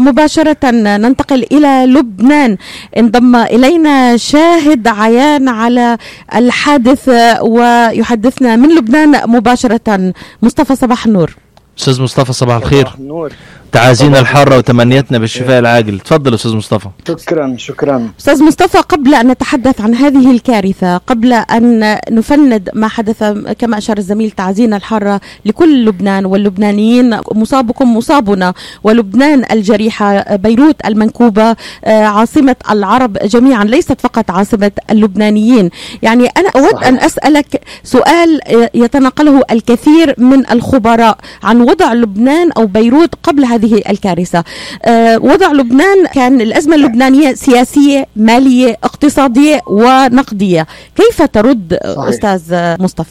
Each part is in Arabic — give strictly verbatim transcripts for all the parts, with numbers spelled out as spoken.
مباشرة ننتقل إلى لبنان. انضم إلينا شاهد عيان على الحادث ويحدثنا من لبنان مباشرة. مصطفى صباح النور. أستاذ مصطفى صباح الخير. صباح النور. تعازينا الحارة وتمنيتنا بالشفاء العاجل. تفضل أستاذ مصطفى. شكرا شكرا أستاذ مصطفى، قبل أن نتحدث عن هذه الكارثة، قبل أن نفند ما حدث كما أشار الزميل، تعزينا الحارة لكل لبنان واللبنانيين، مصابكم مصابنا، ولبنان الجريحة، بيروت المنكوبة، عاصمة العرب جميعا، ليست فقط عاصمة اللبنانيين. يعني أنا أود صحيح. أن أسألك سؤال يتناقله الكثير من الخبراء عن وضع لبنان أو بيروت قبل هذه الكارثة. أه وضع لبنان كان الأزمة اللبنانية سياسية، مالية، اقتصادية ونقدية. كيف ترد صحيح. أستاذ مصطفى؟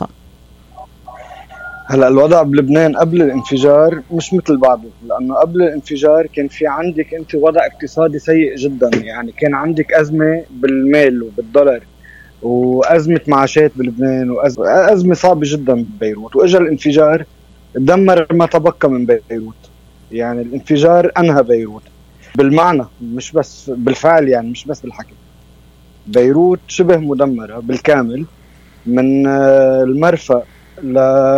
هلأ الوضع بلبنان قبل الانفجار مش مثل بعضه، لأنه قبل الانفجار كان في عندك أنت وضع اقتصادي سيء جدا. يعني كان عندك أزمة بالمال وبالدولار، وأزمة معاشات بلبنان، وأزمة صعبة جدا ببيروت. وإجا الانفجار دمر ما تبقى من بيروت. يعني الانفجار أنهى بيروت بالمعنى، مش بس بالفعل، يعني مش بس بالحكي. بيروت شبه مدمرة بالكامل، من المرفأ ل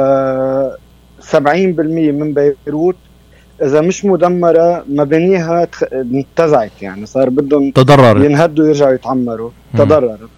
سبعين بالمئة من بيروت إذا مش مدمرة مبانيها انتزعت، يعني صار بدهم ينهدوا يرجعوا يتعمروا. تضررت.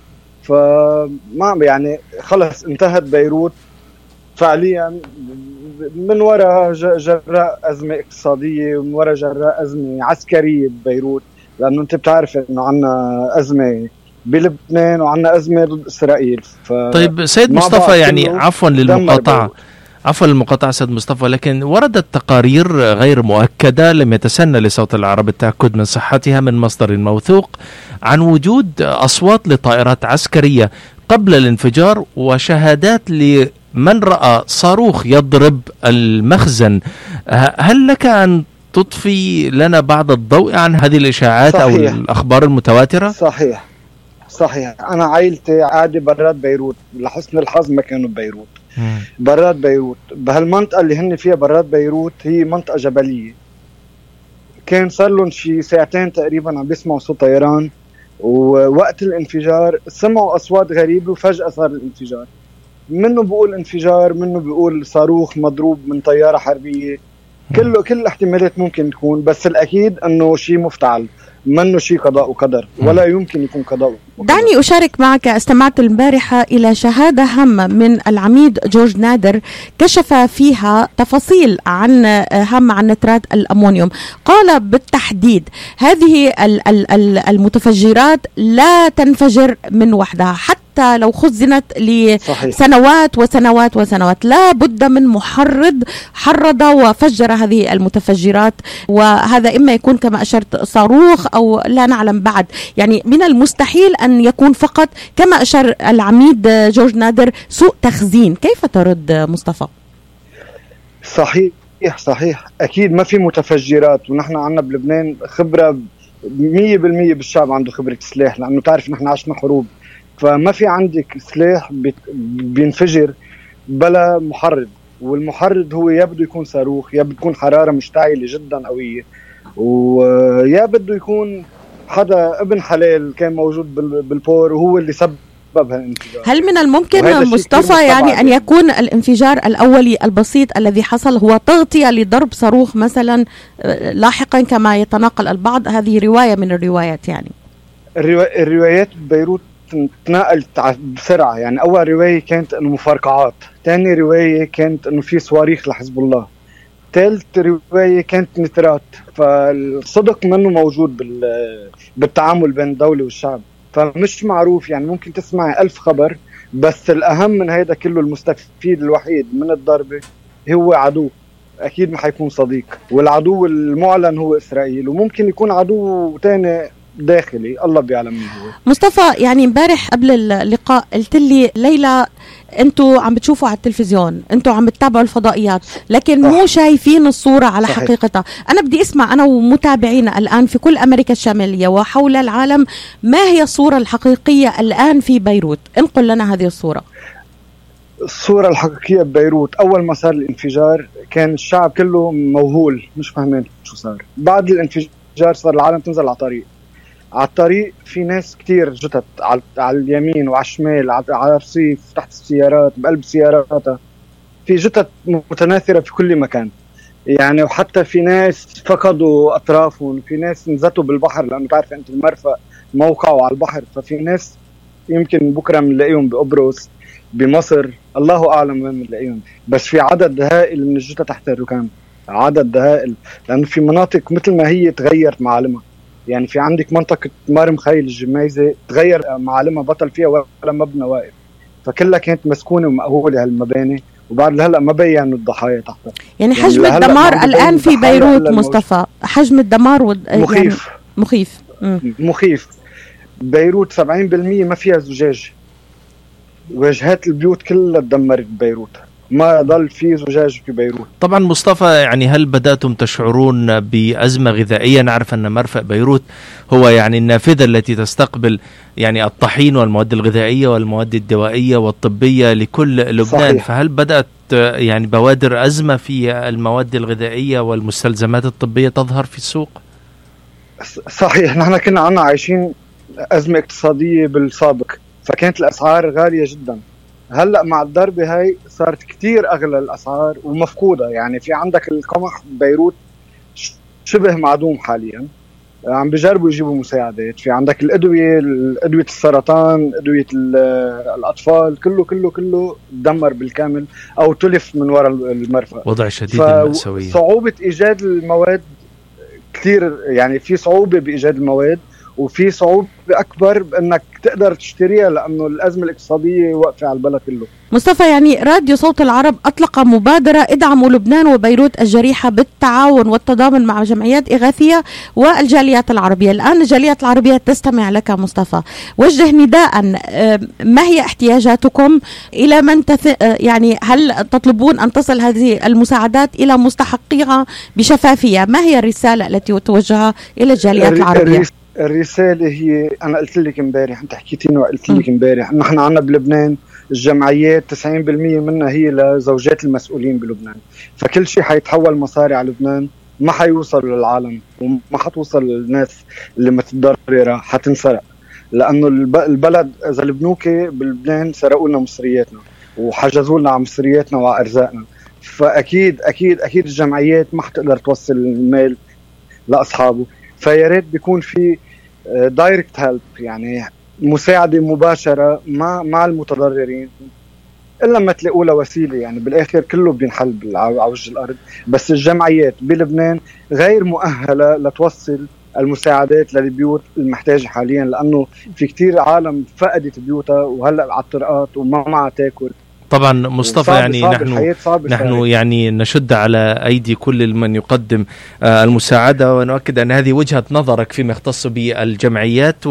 فما يعني خلص انتهت بيروت فعليا من وراء جراء أزمة اقتصادية، ومن وراء جراء أزمة عسكرية ببيروت، لأنه أنت بتعرف إنه عنا أزمة بلبنان وعنا أزمة ضد إسرائيل. طيب سيد مصطفى، يعني عفوا للمقاطعة عفوا للمقاطعة سيد مصطفى، لكن وردت تقارير غير مؤكدة لم يتسنى لصوت العرب التأكد من صحتها من مصدر موثوق عن وجود أصوات لطائرات عسكرية قبل الانفجار، وشهادات ل من رأى صاروخ يضرب المخزن. هل لك أن تضفي لنا بعض الضوء عن هذه الإشاعات صحيح. أو الأخبار المتواترة؟ صحيح صحيح. أنا عائلتي قاعدة برات بيروت، لحسن الحظ ما كانوا ببيروت. مم. برات بيروت بهالمنطقة اللي هن فيها برات بيروت هي منطقة جبلية. كان صار لهم شي ساعتين تقريبا عم بيسمعوا صوت طيران، ووقت الانفجار سمعوا أصوات غريبة وفجأة صار الانفجار. منه بيقول انفجار، منه بيقول صاروخ مضروب من طيارة حربية. كله كل الاحتمالات ممكن تكون، بس الأكيد أنه شيء مفتعل، منه شيء قضاء وقدر، ولا يمكن يكون قضاء وقدر. دعني أشارك معك. استمعت البارحة إلى شهادة هامة من العميد جورج نادر، كشف فيها تفاصيل عن هامة عن نترات الأمونيوم. قال بالتحديد هذه المتفجرات لا تنفجر من وحدها، حتى لو خزنت لسنوات وسنوات وسنوات، لا بد من محرض حرض وفجر هذه المتفجرات. وهذا إما يكون كما أشرت صاروخ أو لا نعلم بعد. يعني من المستحيل أن يكون فقط كما أشار العميد جورج نادر سوء تخزين. كيف ترد مصطفى؟ صحيح صحيح. أكيد ما في متفجرات، ونحن عنا بلبنان خبرة مية بالمية، بالشعب عنده خبرة سلاح، لأنه تعرف نحن عشنا حروب. فما في عندك سلاح بينفجر بلا محرض، والمحرض هو يا بده يكون صاروخ، يا بده يكون حرارة مشتعلة جدا قوية، ويا بده يكون حدا ابن حلال كان موجود بالبور وهو اللي سبب هالانفجار. هل من الممكن مصطفى يعني أن يكون الانفجار الأولي البسيط الذي حصل هو تغطية لضرب صاروخ مثلا لاحقا كما يتناقل البعض؟ هذه رواية من الروايات. يعني الروايات ببيروت تنقلت بسرعة. يعني أول رواية كانت أنه مفرقعات، تاني رواية كانت أنه في صواريخ لحزب الله، ثالث رواية كانت نترات. فالصدق منه موجود بالتعامل بين الدولة والشعب، فمش معروف. يعني ممكن تسمع ألف خبر، بس الأهم من هيدا كله المستفيد الوحيد من الضربة هو عدو. أكيد ما حيكون صديق، والعدو المعلن هو إسرائيل، وممكن يكون عدو تاني داخلي الله بيعلم مين هو. مصطفى، يعني امبارح قبل اللقاء قلت لي ليلى انتوا عم بتشوفوا على التلفزيون، انتوا عم بتتابعوا الفضائيات، لكن مو شايفين الصورة على صحيح. حقيقتها. انا بدي اسمع انا ومتابعينا الان في كل امريكا الشمالية وحول العالم، ما هي الصورة الحقيقية الان في بيروت؟ انقل لنا هذه الصورة. الصورة الحقيقية ببيروت اول ما صار الانفجار كان الشعب كله موهول، مش فاهمين شو صار. بعد الانفجار التجار صار العالم تنزل على الطريق. على الطريق في ناس كتير جتت على اليمين وعلى الشمال، على الرصيف، تحت السيارات، بقلب السيارات، في جتت متناثرة في كل مكان يعني. وحتى في ناس فقدوا أطرافهم، في ناس نزتوا بالبحر، لأنه تعرف أنت المرفأ موقعوا على البحر، ففي ناس يمكن بكرة منلاقيهم بقبرص، بمصر، الله أعلم وين منلاقيهم. بس في عدد هائل من الجثث تحت الركام، عدد هائل، لأنه في مناطق مثل ما هي تغيرت معالمها. يعني في عندك منطقة مار مخيل الجميزة تغير معالمها، بطل فيها ولا مبنى واقف، فكلها كانت مسكونة ومأهولة هالمباني، وبعد هلا ما بينوا الضحايا تحتها. يعني حجم يعني الدمار الآن في بيروت مصطفى، حجم الدمار ود... مخيف يعني مخيف م. مخيف. بيروت سبعين بالمية ما فيها زجاج، واجهات البيوت كلها تدمرت ببيروت، ما ضل في زجاج في بيروت. طبعا مصطفى، يعني هل بدأتم تشعرون بأزمة غذائية؟ نعرف أن مرفأ بيروت هو يعني النافذة التي تستقبل يعني الطحين والمواد الغذائية والمواد الدوائية والطبية لكل لبنان. صحيح. فهل بدأت يعني بوادر أزمة في المواد الغذائية والمستلزمات الطبية تظهر في السوق؟ صحيح، نحن كنا عنا عايشين أزمة اقتصادية بالسابق، فكانت الأسعار غالية جدا. هلأ مع الضربة هاي صارت كتير أغلى الأسعار ومفقودة. يعني في عندك القمح ببيروت شبه معدوم حاليا، عم بيجربوا يجيبوا مساعدات. في عندك الأدوية، أدوية السرطان، أدوية الأطفال، كله كله كله دمر بالكامل أو تلف من وراء المرفأ. وضع شديد المأساوية. صعوبة إيجاد المواد كتير، يعني في صعوبة بإيجاد المواد، وفي صعوبة أكبر بأنك تقدر تشتريها، لأنه الأزمة الاقتصادية واقفة على البلد كله. مصطفى، يعني راديو صوت العرب أطلق مبادرة ادعموا لبنان وبيروت الجريحة بالتعاون والتضامن مع جمعيات إغاثية والجاليات العربية. الآن الجاليات العربية تستمع لك مصطفى، وجه نداء، ما هي احتياجاتكم؟ إلى من تث... يعني هل تطلبون أن تصل هذه المساعدات إلى مستحقيها بشفافية؟ ما هي الرسالة التي توجهها إلى الجاليات العربية؟ الرسالة هي، أنا قلت لك امبارح، أنت حكيتيني وقلت لك امبارح، نحن عنا بلبنان الجمعيات تسعين بالمية منها هي لزوجات المسؤولين بلبنان، فكل شيء حيتحول مصاري على لبنان، ما حيوصل للعالم وما حتوصل للناس اللي متضررة، حتنسرق. لأنه البلد إذا البنوك بلبنان سرقوا لنا مصرياتنا وحجزوا لنا على مصرياتنا وعلى أرزاقنا، فأكيد أكيد أكيد الجمعيات ما حتقدر توصل المال لأصحابه. فيا ريت بيكون في دايركت هيلب، يعني مساعدة مباشرة مع مع المتضررين، إلا ما تلاقوا له وسيلة. يعني بالآخر كله بينحل على وجه الأرض، بس الجمعيات بلبنان غير مؤهلة لتوصل المساعدات للبيوت المحتاجة حاليا، لأنه في كتير عالم فقدت بيوتها وهلأ على الطرقات وما معها تاكل. طبعا مصطفى، يعني نحن نحن يعني نشد على أيدي كل من يقدم آه المساعدة، ونؤكد أن هذه وجهة نظرك فيما يختص بالجمعيات،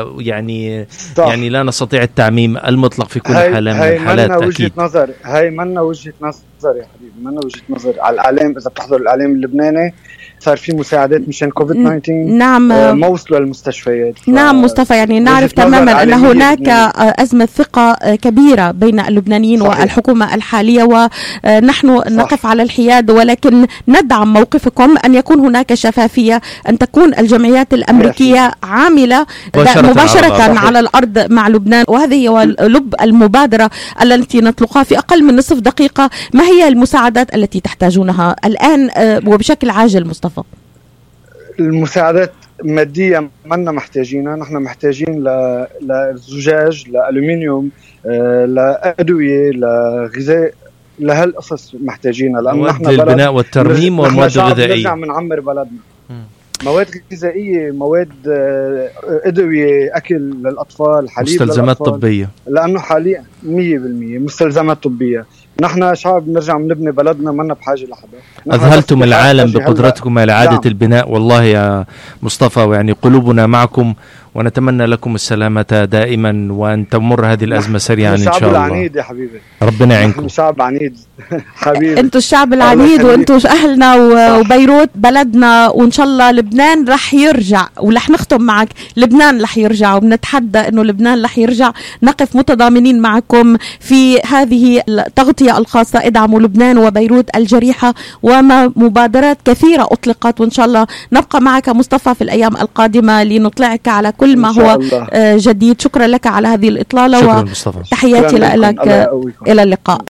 ويعني صح. يعني لا نستطيع التعميم المطلق في كل حالة من الحالات. هاي وجهة نظر، هاي منا وجهة نظر يا حبيبي، منا وجهة نظر على الإعلام. إذا بتحضر الإعلام اللبناني صار في مساعدات مشان كوفيد تسعة عشر، نعم، ما وصلوا للمستشفيات. نعم مصطفى، يعني نعرف تماما أن هناك أزمة ثقة كبيرة بين اللبنانيين صحيح. والحكومة الحالية، ونحن صح. نقف على الحياد، ولكن ندعم موقفكم أن يكون هناك شفافية، أن تكون الجمعيات الأمريكية عاملة مباشرة, مباشرة على, على الأرض مع لبنان. وهذه هو لب المبادرة التي نطلقها في أقل من نصف دقيقة. ما هي المساعدات التي تحتاجونها الآن وبشكل عاجل مصطفى؟ المساعدات مادية منا محتاجينها، نحن محتاجين لزجاج، لألومنيوم، لأدوية، لغذاء، لهالقصص محتاجينها، لأن نحن البناء والترميم والمواد الغذائية. نرجع منعمر بلدنا، مواد غذائية، مواد أدوية، أكل للأطفال، حليب، مستلزمات طبية، لأنه حاليا مية بالمية مستلزمات طبية. نحن شعب نرجع نبني بلدنا، منا بحاجة لحدا. أذهلتم العالم بقدرتكم على إعادة البناء، والله يا مصطفى، ويعني قلوبنا معكم، ونتمنى لكم السلامة دائما، وأن تمر هذه الأزمة سريعا إن شاء الله. الشعب العنيد يا حبيبي، ربنا يعينكم. شعب عنيد حبيبي، أنتوا الشعب العنيد، وأنتوا أهلنا وبيروت بلدنا، وإن شاء الله لبنان رح يرجع. ورح نختم معك، لبنان رح يرجع، وبنتحدى إنه لبنان رح يرجع. نقف متضامنين معكم في هذه التغطية الصوتية الخاصة ادعموا لبنان وبيروت الجريحة، ومبادرات كثيرة أطلقت، وإن شاء الله نبقى معك مصطفى في الأيام القادمة لنطلعك على كل ما هو الله. جديد. شكرا لك على هذه الإطلالة، وتحياتي لك، إلى اللقاء.